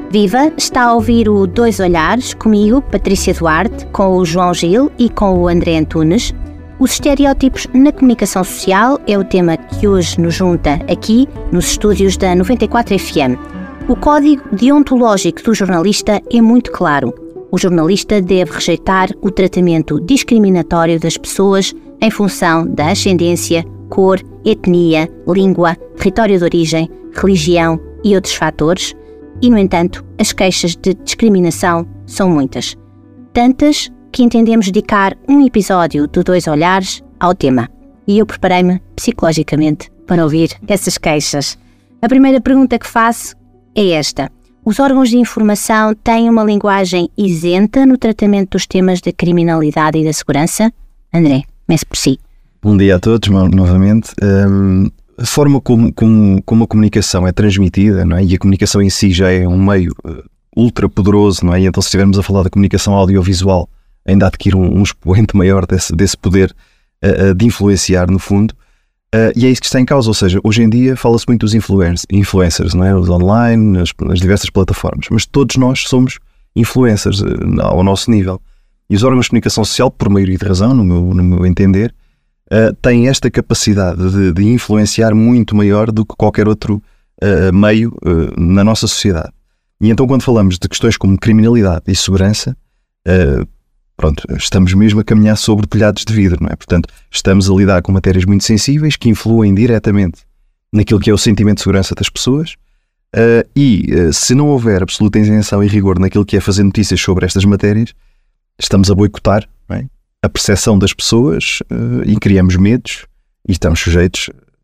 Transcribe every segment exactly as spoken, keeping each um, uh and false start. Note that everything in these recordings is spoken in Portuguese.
Viva! Está a ouvir o Dois Olhares, comigo, Patrícia Duarte, com o João Gil e com o André Antunes. Os estereótipos na comunicação social é o tema que hoje nos junta aqui, nos estúdios da noventa e quatro F M. O código deontológico do jornalista é muito claro. O jornalista deve rejeitar o tratamento discriminatório das pessoas em função da ascendência, cor, etnia, língua, território de origem, religião e outros fatores. E, no entanto, as queixas de discriminação são muitas. Tantas que entendemos dedicar um episódio de Dois Olhares ao tema. E eu preparei-me psicologicamente para ouvir essas queixas. A primeira pergunta que faço é esta. Os órgãos de informação têm uma linguagem isenta no tratamento dos temas da criminalidade e da segurança? André, comece por si. Bom dia a todos, novamente. Um... A forma como, como, como a comunicação é transmitida, não é? E a comunicação em si já é um meio uh, ultra poderoso, não é? E então, se estivermos a falar da comunicação audiovisual, ainda adquire um, um expoente maior desse, desse poder uh, uh, de influenciar, no fundo. Uh, e é isso que está em causa, ou seja, hoje em dia fala-se muito dos influencers, influencers, não é? Os online, nas, nas diversas plataformas, mas todos nós somos influencers uh, ao nosso nível. E os órgãos de comunicação social, por maioria de razão, no meu, no meu entender, Uh, tem esta capacidade de, de influenciar muito maior do que qualquer outro uh, meio uh, na nossa sociedade. E então, quando falamos de questões como criminalidade e segurança, uh, pronto, estamos mesmo a caminhar sobre telhados de vidro, não é? Portanto, estamos a lidar com matérias muito sensíveis que influem diretamente naquilo que é o sentimento de segurança das pessoas uh, e uh, se não houver absoluta isenção e rigor naquilo que é fazer notícias sobre estas matérias, estamos a boicotar, não é? A percepção das pessoas uh, e criamos medos e estamos sujeitos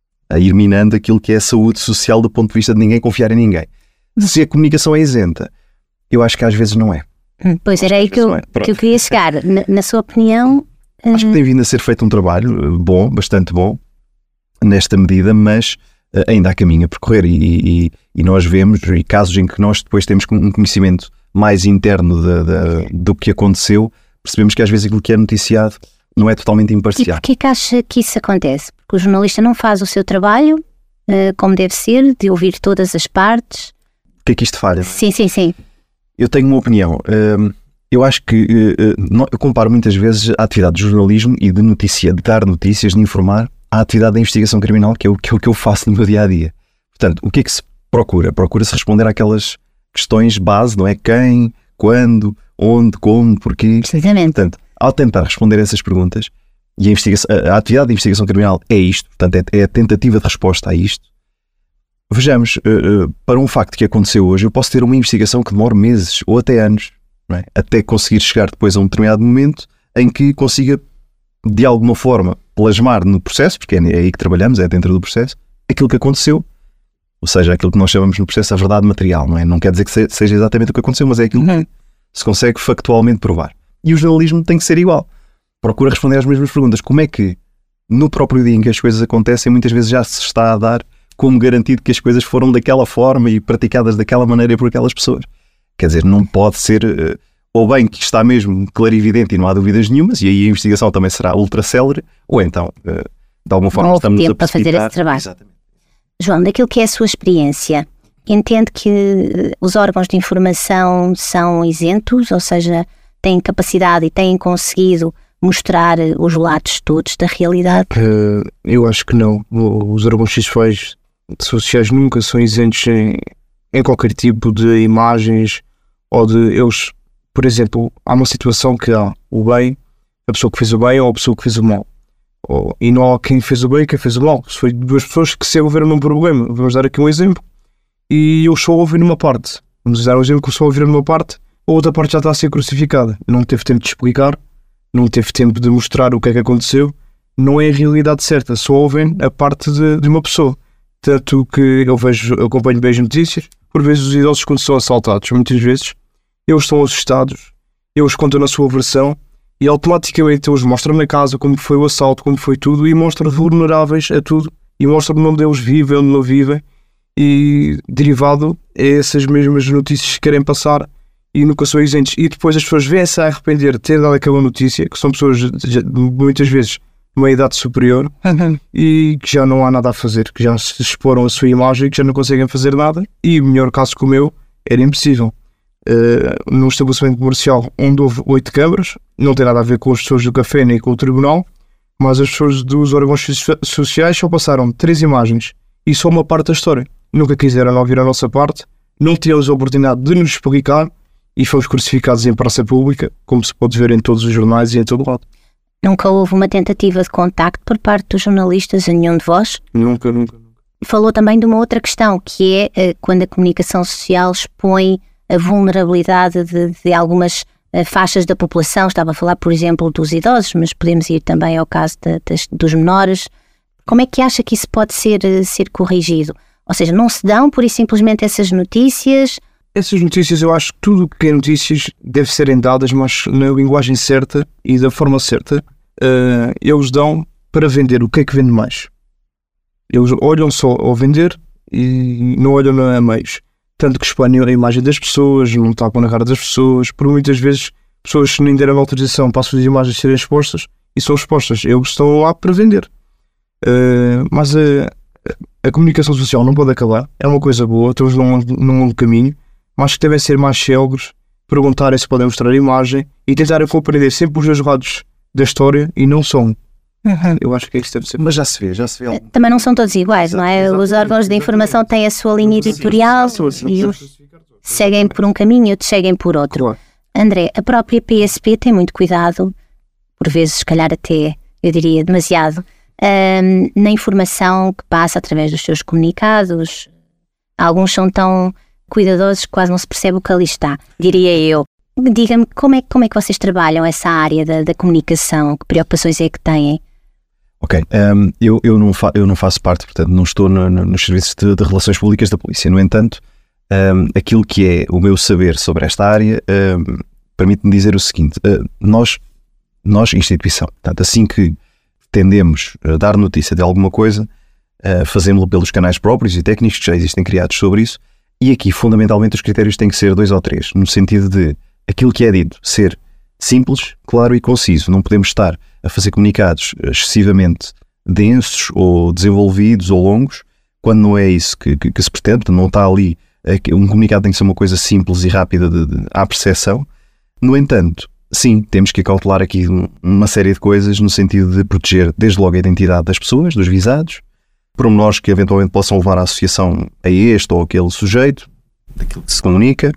a ir minando aquilo que é a saúde social do ponto de vista de ninguém confiar em ninguém. Se a comunicação é isenta, eu acho que às vezes não é. Pois era aí que eu, é. que eu queria chegar. Na, na sua opinião... Uh... Acho que tem vindo a ser feito um trabalho bom, bastante bom, nesta medida, mas uh, ainda há caminho a percorrer e, e, e nós vemos, e casos em que nós depois temos um conhecimento mais interno de, de, do que aconteceu, percebemos que às vezes aquilo que é noticiado não é totalmente imparcial. E porquê que acha que isso acontece? Porque o jornalista não faz o seu trabalho uh, como deve ser, de ouvir todas as partes. O que é que isto falha? Sim, sim, sim. Eu tenho uma opinião. Uh, eu acho que uh, não, eu comparo muitas vezes a atividade de jornalismo e de notícia, de dar notícias, de informar, à atividade da investigação criminal, que é o que, é o que eu faço no meu dia-a-dia. Portanto, o que é que se procura? Procura-se responder àquelas questões base, não é? Quem, quando, onde, como, porquê. Precisamente. Portanto, ao tentar responder essas perguntas, e a, investigação, a atividade de investigação criminal é isto, portanto, é, é a tentativa de resposta a isto. Vejamos, uh, uh, para um facto que aconteceu hoje, eu posso ter uma investigação que demora meses ou até anos, não é? Até conseguir chegar depois a um determinado momento em que consiga, de alguma forma, plasmar no processo, porque é, é aí que trabalhamos, é dentro do processo, aquilo que aconteceu, ou seja, aquilo que nós chamamos no processo a verdade material, não é? Não quer dizer que seja exatamente o que aconteceu, mas é aquilo que se consegue factualmente provar. E o jornalismo tem que ser igual. Procura responder às mesmas perguntas. Como é que, no próprio dia em que as coisas acontecem, muitas vezes já se está a dar como garantido que as coisas foram daquela forma e praticadas daquela maneira por aquelas pessoas? Quer dizer, não pode ser, uh, ou bem que está mesmo clarividente e não há dúvidas nenhumas, e aí a investigação também será ultra célere, ou então, uh, de alguma forma, não estamos tempo a para fazer esse trabalho. Exatamente. João, daquilo que é a sua experiência, entende que os órgãos de informação são isentos, ou seja, têm capacidade e têm conseguido mostrar os lados todos da realidade? Uh, eu acho que não. Os órgãos sociais, sociais nunca são isentos em, em qualquer tipo de imagens ou de eles. Por exemplo, há uma situação que há o bem, a pessoa que fez o bem ou a pessoa que fez o mal. Ou, e não há quem fez o bem e quem fez o mal. Se foi duas pessoas que se envolveram num problema. Vamos dar aqui um exemplo. E eu só ouvi numa parte. Vamos dar um exemplo que eu só ouvi numa parte, a outra parte já está a ser crucificada. Não teve tempo de explicar, não teve tempo de mostrar o que é que aconteceu. Não é a realidade certa, só ouvem a parte de, de uma pessoa. Tanto que eu vejo, eu acompanho bem as notícias, por vezes os idosos quando são assaltados, muitas vezes, eles estão assustados, eles contam a sua versão e automaticamente eles mostram na casa como foi o assalto, como foi tudo e mostram vulneráveis a tudo e mostram onde eles vivem, onde não vivem. E derivado é essas mesmas notícias que querem passar e nunca são isentos. E depois as pessoas vêm-se a arrepender de ter dado aquela notícia, que são pessoas muitas vezes de uma idade superior uhum. e que já não há nada a fazer, que já se exporam a sua imagem, que já não conseguem fazer nada. E o melhor caso que o meu era impossível. Uh, num estabelecimento comercial onde houve oito câmaras, não tem nada a ver com as pessoas do café nem com o tribunal, mas as pessoas dos órgãos sociais só passaram três imagens e só uma parte da história. Nunca quiseram ouvir a nossa parte, não tínhamos a oportunidade de nos explicar e fomos crucificados em praça pública, como se pode ver em todos os jornais e em todo lado. Nunca houve uma tentativa de contacto por parte dos jornalistas a nenhum de vós? Nunca, nunca. nunca. Falou também de uma outra questão, que é uh, quando a comunicação social expõe a vulnerabilidade de, de algumas uh, faixas da população. Estava a falar, por exemplo, dos idosos, mas podemos ir também ao caso de, de, dos menores. Como é que acha que isso pode ser, uh, ser corrigido? Ou seja, não se dão pura e simplesmente essas notícias? Essas notícias, eu acho que tudo o que é notícias deve serem dadas, mas na linguagem certa e da forma certa. Uh, eles dão para vender o que é que vende mais. Eles olham só ao vender e não olham a meios. Tanto que expõem a imagem das pessoas, não tapam na cara das pessoas, por muitas vezes pessoas que nem deram autorização para as suas imagens serem expostas e são expostas. Eles estão lá para vender. Uh, mas a, a comunicação social não pode acabar, é uma coisa boa, estamos num, num longo caminho, mas que devem ser mais célebres, perguntarem se podem mostrar a imagem e tentarem compreender sempre os dois lados da história e não só um. Uhum. Eu acho que isso deve ser. Mas já se vê, já se vê. Também não são todos iguais, não é? Os órgãos de informação têm a sua linha editorial e uns seguem por um caminho e outros seguem por outro. Claro. André, a própria P S P tem muito cuidado, por vezes se calhar até, eu diria, demasiado, hum, na informação que passa através dos seus comunicados. Alguns são tão cuidadosos que quase não se percebe o que ali está, diria eu. Diga-me, como é, como é que vocês trabalham essa área da, da comunicação? Que preocupações é que têm? Ok, um, eu, eu, não fa- eu não faço parte, portanto, não estou no, no, nos serviços de, de relações públicas da polícia. No entanto, um, aquilo que é o meu saber sobre esta área um, permite-me dizer o seguinte: uh, nós, nós, instituição, portanto, assim que tendemos a dar notícia de alguma coisa, uh, fazemos-lo pelos canais próprios e técnicos que já existem criados sobre isso, e aqui, fundamentalmente, os critérios têm que ser dois ou três, no sentido de aquilo que é dito ser simples, claro e conciso. Não podemos estar a fazer comunicados excessivamente densos ou desenvolvidos ou longos, quando não é isso que, que, que se pretende. Não está ali, um comunicado tem que ser uma coisa simples e rápida de, de, à percepção. No entanto, sim, temos que acautelar aqui uma série de coisas no sentido de proteger desde logo a identidade das pessoas, dos visados, pormenores que eventualmente possam levar a associação a este ou aquele sujeito, daquilo que se comunica,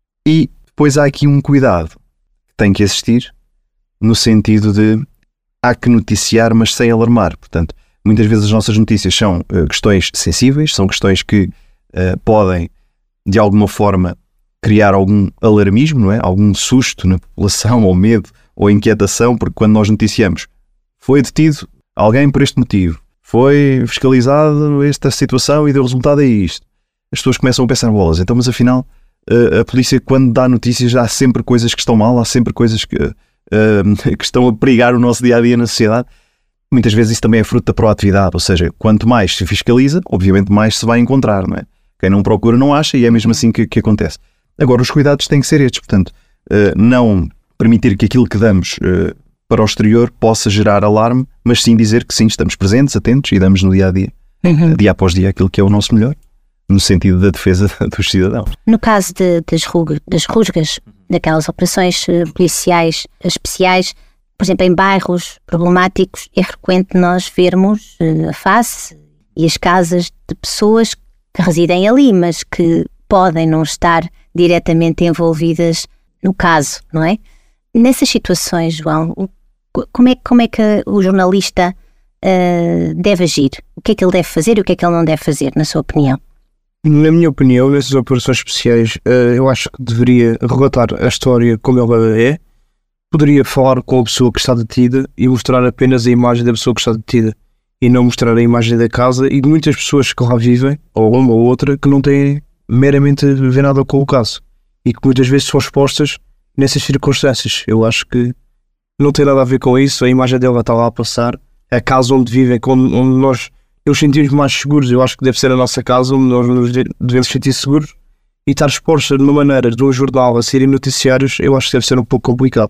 e depois há aqui um cuidado que tem que existir no sentido de há que noticiar, mas sem alarmar. Portanto, muitas vezes as nossas notícias são uh, questões sensíveis, são questões que uh, podem, de alguma forma, criar algum alarmismo, não é? Algum susto na população, ou medo, ou inquietação, porque quando nós noticiamos foi detido alguém por este motivo, foi fiscalizado esta situação e deu resultado a isto, as pessoas começam a pensar bolas, então, mas afinal uh, a polícia, quando dá notícias, há sempre coisas que estão mal, há sempre coisas que, uh, que estão a perigar o nosso dia-a-dia na sociedade. Muitas vezes isso também é fruto da proatividade, ou seja, quanto mais se fiscaliza, obviamente mais se vai encontrar, não é? Quem não procura não acha, e é mesmo assim que, que acontece. Agora, os cuidados têm que ser estes, portanto, uh, não permitir que aquilo que damos uh, para o exterior possa gerar alarme, mas sim dizer que sim, estamos presentes, atentos e damos no dia-a-dia, uhum. dia após dia, aquilo que é o nosso melhor, no sentido da defesa dos cidadãos. No caso de, das, rugas, das rusgas, daquelas operações uh, policiais especiais, por exemplo, em bairros problemáticos, é frequente nós vermos uh, a face e as casas de pessoas que residem ali, mas que podem não estar diretamente envolvidas no caso, não é? Nessas situações, João, como é, como é que o jornalista uh, deve agir? O que é que ele deve fazer e o que é que ele não deve fazer, na sua opinião? Na minha opinião, nessas operações especiais, uh, eu acho que deveria relatar a história como ela é, poderia falar com a pessoa que está detida e mostrar apenas a imagem da pessoa que está detida e não mostrar a imagem da casa e de muitas pessoas que lá vivem, ou uma ou outra, que não têm meramente a ver nada com o caso e que muitas vezes são expostas nessas circunstâncias. Eu acho que não tem nada a ver com isso, a imagem dela está lá a passar, a casa onde vivem, onde, onde nós nos sentimos mais seguros. Eu acho que deve ser a nossa casa onde nós nos devemos sentir seguros, e estar exposta de uma maneira de um jornal a serem noticiários, eu acho que deve ser um pouco complicado.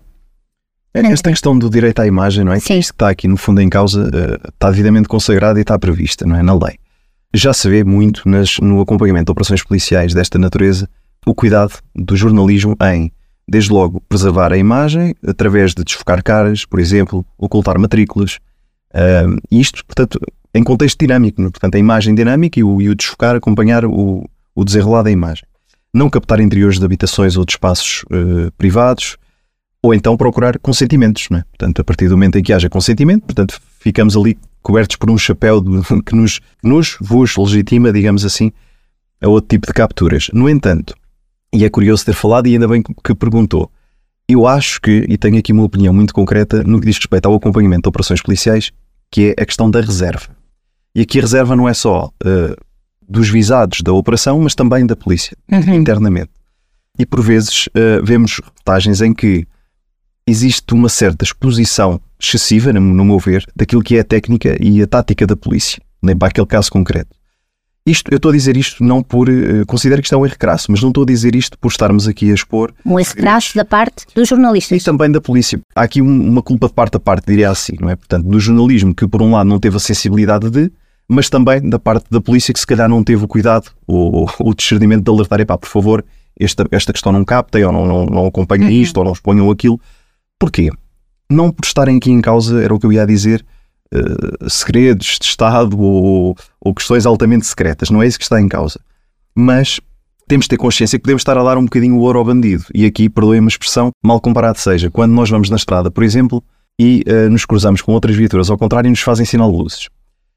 Esta questão do direito à imagem, não é? Sim. Isto que está aqui no fundo em causa uh, está devidamente consagrado e está prevista, não é? Na lei. Já se vê muito nas, no acompanhamento de operações policiais desta natureza o cuidado do jornalismo em, desde logo, preservar a imagem através de desfocar caras, por exemplo, ocultar matrículas. Uh, isto, portanto, em contexto dinâmico, né? Portanto, a imagem dinâmica e o, e o desfocar acompanhar o, o desenrolar da imagem. Não captar interiores de habitações ou de espaços uh, privados, ou então procurar consentimentos, né? Portanto, a partir do momento em que haja consentimento, portanto, ficamos ali cobertos por um chapéu de, que nos, nos vos legitima, digamos assim, a outro tipo de capturas. No entanto, e é curioso ter falado, e ainda bem que perguntou, eu acho que, e tenho aqui uma opinião muito concreta no que diz respeito ao acompanhamento de operações policiais, que é a questão da reserva. E aqui a reserva não é só uh, dos visados da operação, mas também da polícia, uhum. internamente. E por vezes uh, vemos reportagens em que existe uma certa exposição excessiva, no, no meu ver, daquilo que é a técnica e a tática da polícia, nem para aquele caso concreto. Isto, eu estou a dizer isto não por... Uh, considero que isto é um erro crasso, mas não estou a dizer isto por estarmos aqui a expor... Um erro crasso da parte dos jornalistas. E também da polícia. Há aqui um, uma culpa de parte a parte, diria assim, não é? Portanto, do jornalismo que por um lado não teve a sensibilidade de, mas também da parte da polícia que se calhar não teve o cuidado ou o discernimento de alertar, epá, por favor, esta, esta questão não captem, ou não, não, não acompanhem uhum. isto, ou não exponham aquilo. Porquê? Não por estarem aqui em causa, era o que eu ia dizer, uh, segredos de Estado ou, ou questões altamente secretas, não é isso que está em causa. Mas temos de ter consciência que podemos estar a dar um bocadinho o ouro ao bandido. E aqui, perdoem uma expressão, mal comparado seja, quando nós vamos na estrada, por exemplo, e uh, nos cruzamos com outras viaturas, ao contrário, nos fazem sinal de luzes.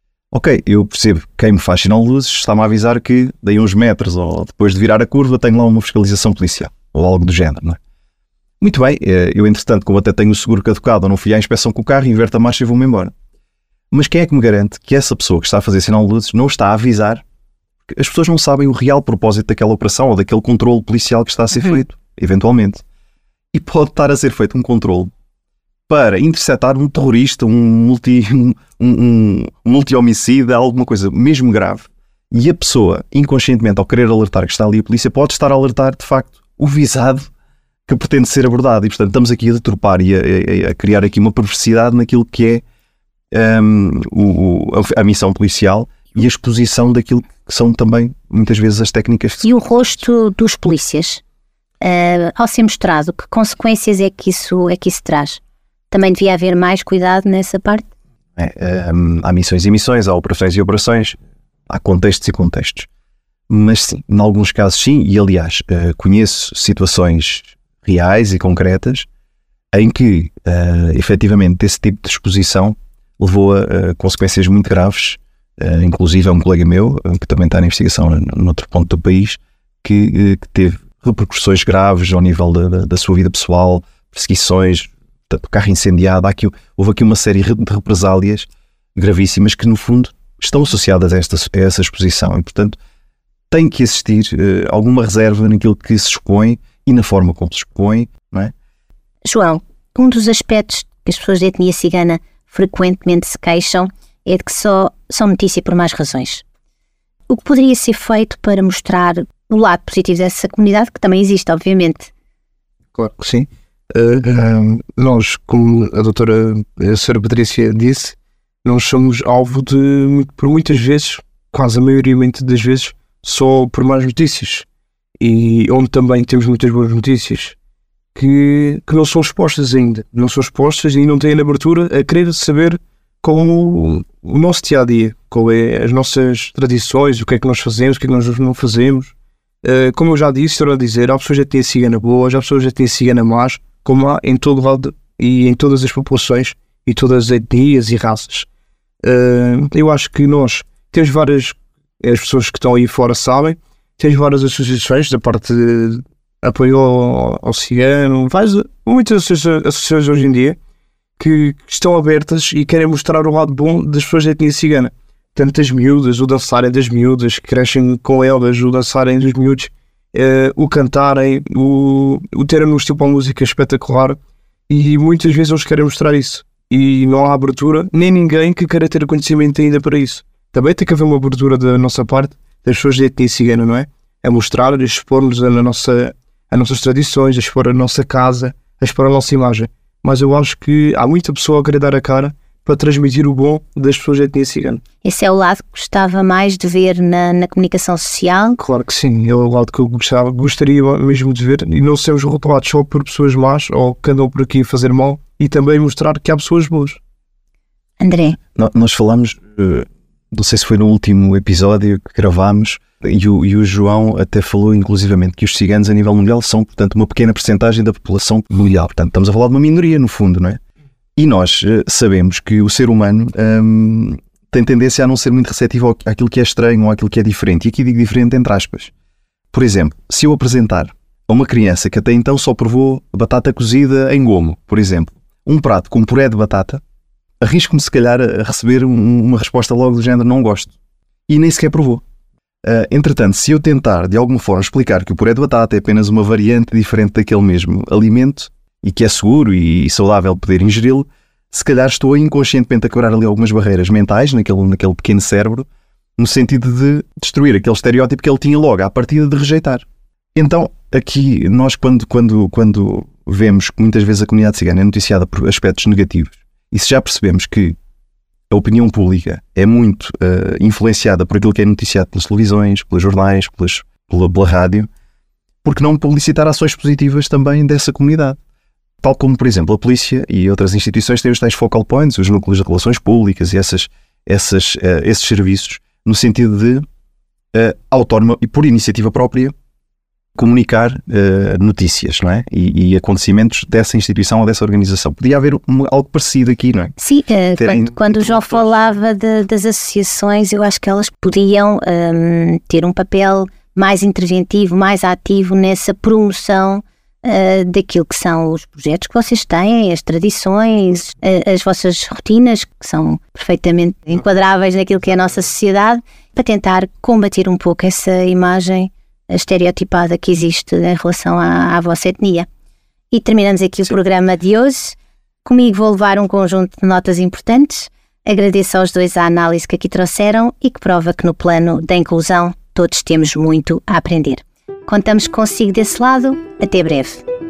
Ok, eu percebo, quem me faz sinal de luzes está-me a avisar que daí uns metros ou depois de virar a curva tenho lá uma fiscalização policial, ou algo do género, não é? Muito bem, eu entretanto, como até tenho o seguro caducado ou não fui à inspeção com o carro, inverto a marcha e vou-me embora. Mas quem é que me garante que essa pessoa que está a fazer sinal de luzes não está a avisar? As pessoas não sabem o real propósito daquela operação ou daquele controle policial que está a ser uhum. feito, eventualmente. E pode estar a ser feito um controle para interceptar um terrorista, um multi, um, um, um multi-homicida, alguma coisa mesmo grave. E a pessoa, inconscientemente, ao querer alertar que está ali a polícia, pode estar a alertar, de facto, o visado que pretende ser abordado. E, portanto, estamos aqui a deturpar e a, a, a criar aqui uma perversidade naquilo que é um, o, a, a missão policial e a exposição daquilo que são também, muitas vezes, as técnicas. E o rosto dos polícias, uh, ao ser mostrado, que consequências é que isso, é que isso traz? Também devia haver mais cuidado nessa parte? É, um, há missões e missões, há operações e operações, há contextos e contextos. Mas sim, em alguns casos sim, e aliás, uh, conheço situações reais e concretas em que, uh, efetivamente, esse tipo de exposição levou a uh, consequências muito graves, uh, inclusive é um colega meu, uh, que também está na investigação noutro ponto do país, que, uh, que teve repercussões graves ao nível da, da, da sua vida pessoal, perseguições, portanto, carro incendiado, há aqui, houve aqui uma série de represálias gravíssimas que, no fundo, estão associadas a, esta, a essa exposição e, portanto, tem que existir uh, alguma reserva naquilo que se expõe e na forma como se expõe, não é? João, um dos aspectos que as pessoas da etnia cigana frequentemente se queixam é de que só são notícia por más razões. O que poderia ser feito para mostrar o lado positivo dessa comunidade, que também existe, obviamente? Claro que sim. Uh, uh, nós, como a doutora a senhora Patrícia disse, nós somos alvo de, por muitas vezes, quase a maioria das vezes, só por más notícias. E onde também temos muitas boas notícias que, que não são expostas ainda, não são expostas e não têm abertura a querer saber como o nosso dia-a-dia, qual é as nossas tradições, o que é que nós fazemos, o que é que nós não fazemos. Uh, como eu já disse, estou a dizer, há pessoas que têm cigana boas, há pessoas que têm cigana más, como há em todo lado e em todas as populações e todas as etnias e raças. Uh, eu acho que nós temos várias, as pessoas que estão aí fora sabem, temos várias associações da parte de apoio ao, ao cigano, faz muitas associações hoje em dia que, que estão abertas e querem mostrar o lado bom das pessoas da etnia cigana. Tanto as miúdas, o dançarem das miúdas, que crescem com elas, o dançarem dos miúdos, uh, o cantarem, o, o terem um estilo para a música espetacular, e muitas vezes eles querem mostrar isso. E não há abertura, nem ninguém que queira ter conhecimento ainda para isso. Também tem que haver uma abertura da nossa parte, das pessoas da etnia cigana, não é? A mostrar, a expor-nos a, nossa, a nossas tradições, a expor a nossa casa, a expor a nossa imagem. Mas eu acho que há muita pessoa a querer dar a cara, para transmitir o bom das pessoas da etnia cigana. Esse é o lado que gostava mais de ver na, na comunicação social? Claro que sim, é o lado que eu gostava, gostaria mesmo de ver, e não sermos rotulados só por pessoas más ou que andam por aqui a fazer mal, e também mostrar que há pessoas boas. André? Nós falamos, não sei se foi no último episódio que gravámos, e o, e o João até falou inclusivamente que os ciganos a nível mundial são, portanto, uma pequena percentagem da população mundial. Portanto, estamos a falar de uma minoria, no fundo, não é? E nós sabemos que o ser humano hum, tem tendência a não ser muito receptivo àquilo que é estranho ou àquilo que é diferente. E aqui digo diferente entre aspas. Por exemplo, se eu apresentar a uma criança que até então só provou batata cozida em gomo, por exemplo, um prato com puré de batata, arrisco-me se calhar a receber um, uma resposta logo do género não gosto. E nem sequer provou. Uh, entretanto, se eu tentar de alguma forma explicar que o puré de batata é apenas uma variante diferente daquele mesmo alimento e que é seguro e saudável poder ingeri-lo, se calhar estou inconscientemente a quebrar ali algumas barreiras mentais naquele, naquele pequeno cérebro, no sentido de destruir aquele estereótipo que ele tinha logo à partida de rejeitar. Então, aqui nós quando, quando, quando vemos que muitas vezes a comunidade cigana é noticiada por aspectos negativos, e se já percebemos que a opinião pública é muito uh, influenciada por aquilo que é noticiado pelas televisões, pelos jornais, pelas, pela, pela rádio, porque não publicitar ações positivas também dessa comunidade? Tal como, por exemplo, a polícia e outras instituições têm os tais focal points, os núcleos de relações públicas e essas, essas, uh, esses serviços, no sentido de, uh, autónoma e por iniciativa própria, comunicar uh, notícias, não é? E, e acontecimentos dessa instituição ou dessa organização. Podia haver um, algo parecido aqui, não é? Sim, uh, quando, quando o João falava de, das associações, eu acho que elas podiam um, ter um papel mais interventivo, mais ativo nessa promoção uh, daquilo que são os projetos que vocês têm, as tradições, uh, as vossas rotinas, que são perfeitamente enquadráveis naquilo que é a nossa sociedade, para tentar combater um pouco essa imagem estereotipada que existe em relação à, à vossa etnia. E terminamos aqui Sim. o programa de hoje. Comigo vou levar um conjunto de notas importantes. Agradeço aos dois a análise que aqui trouxeram e que prova que no plano da inclusão todos temos muito a aprender. Contamos consigo desse lado. Até breve.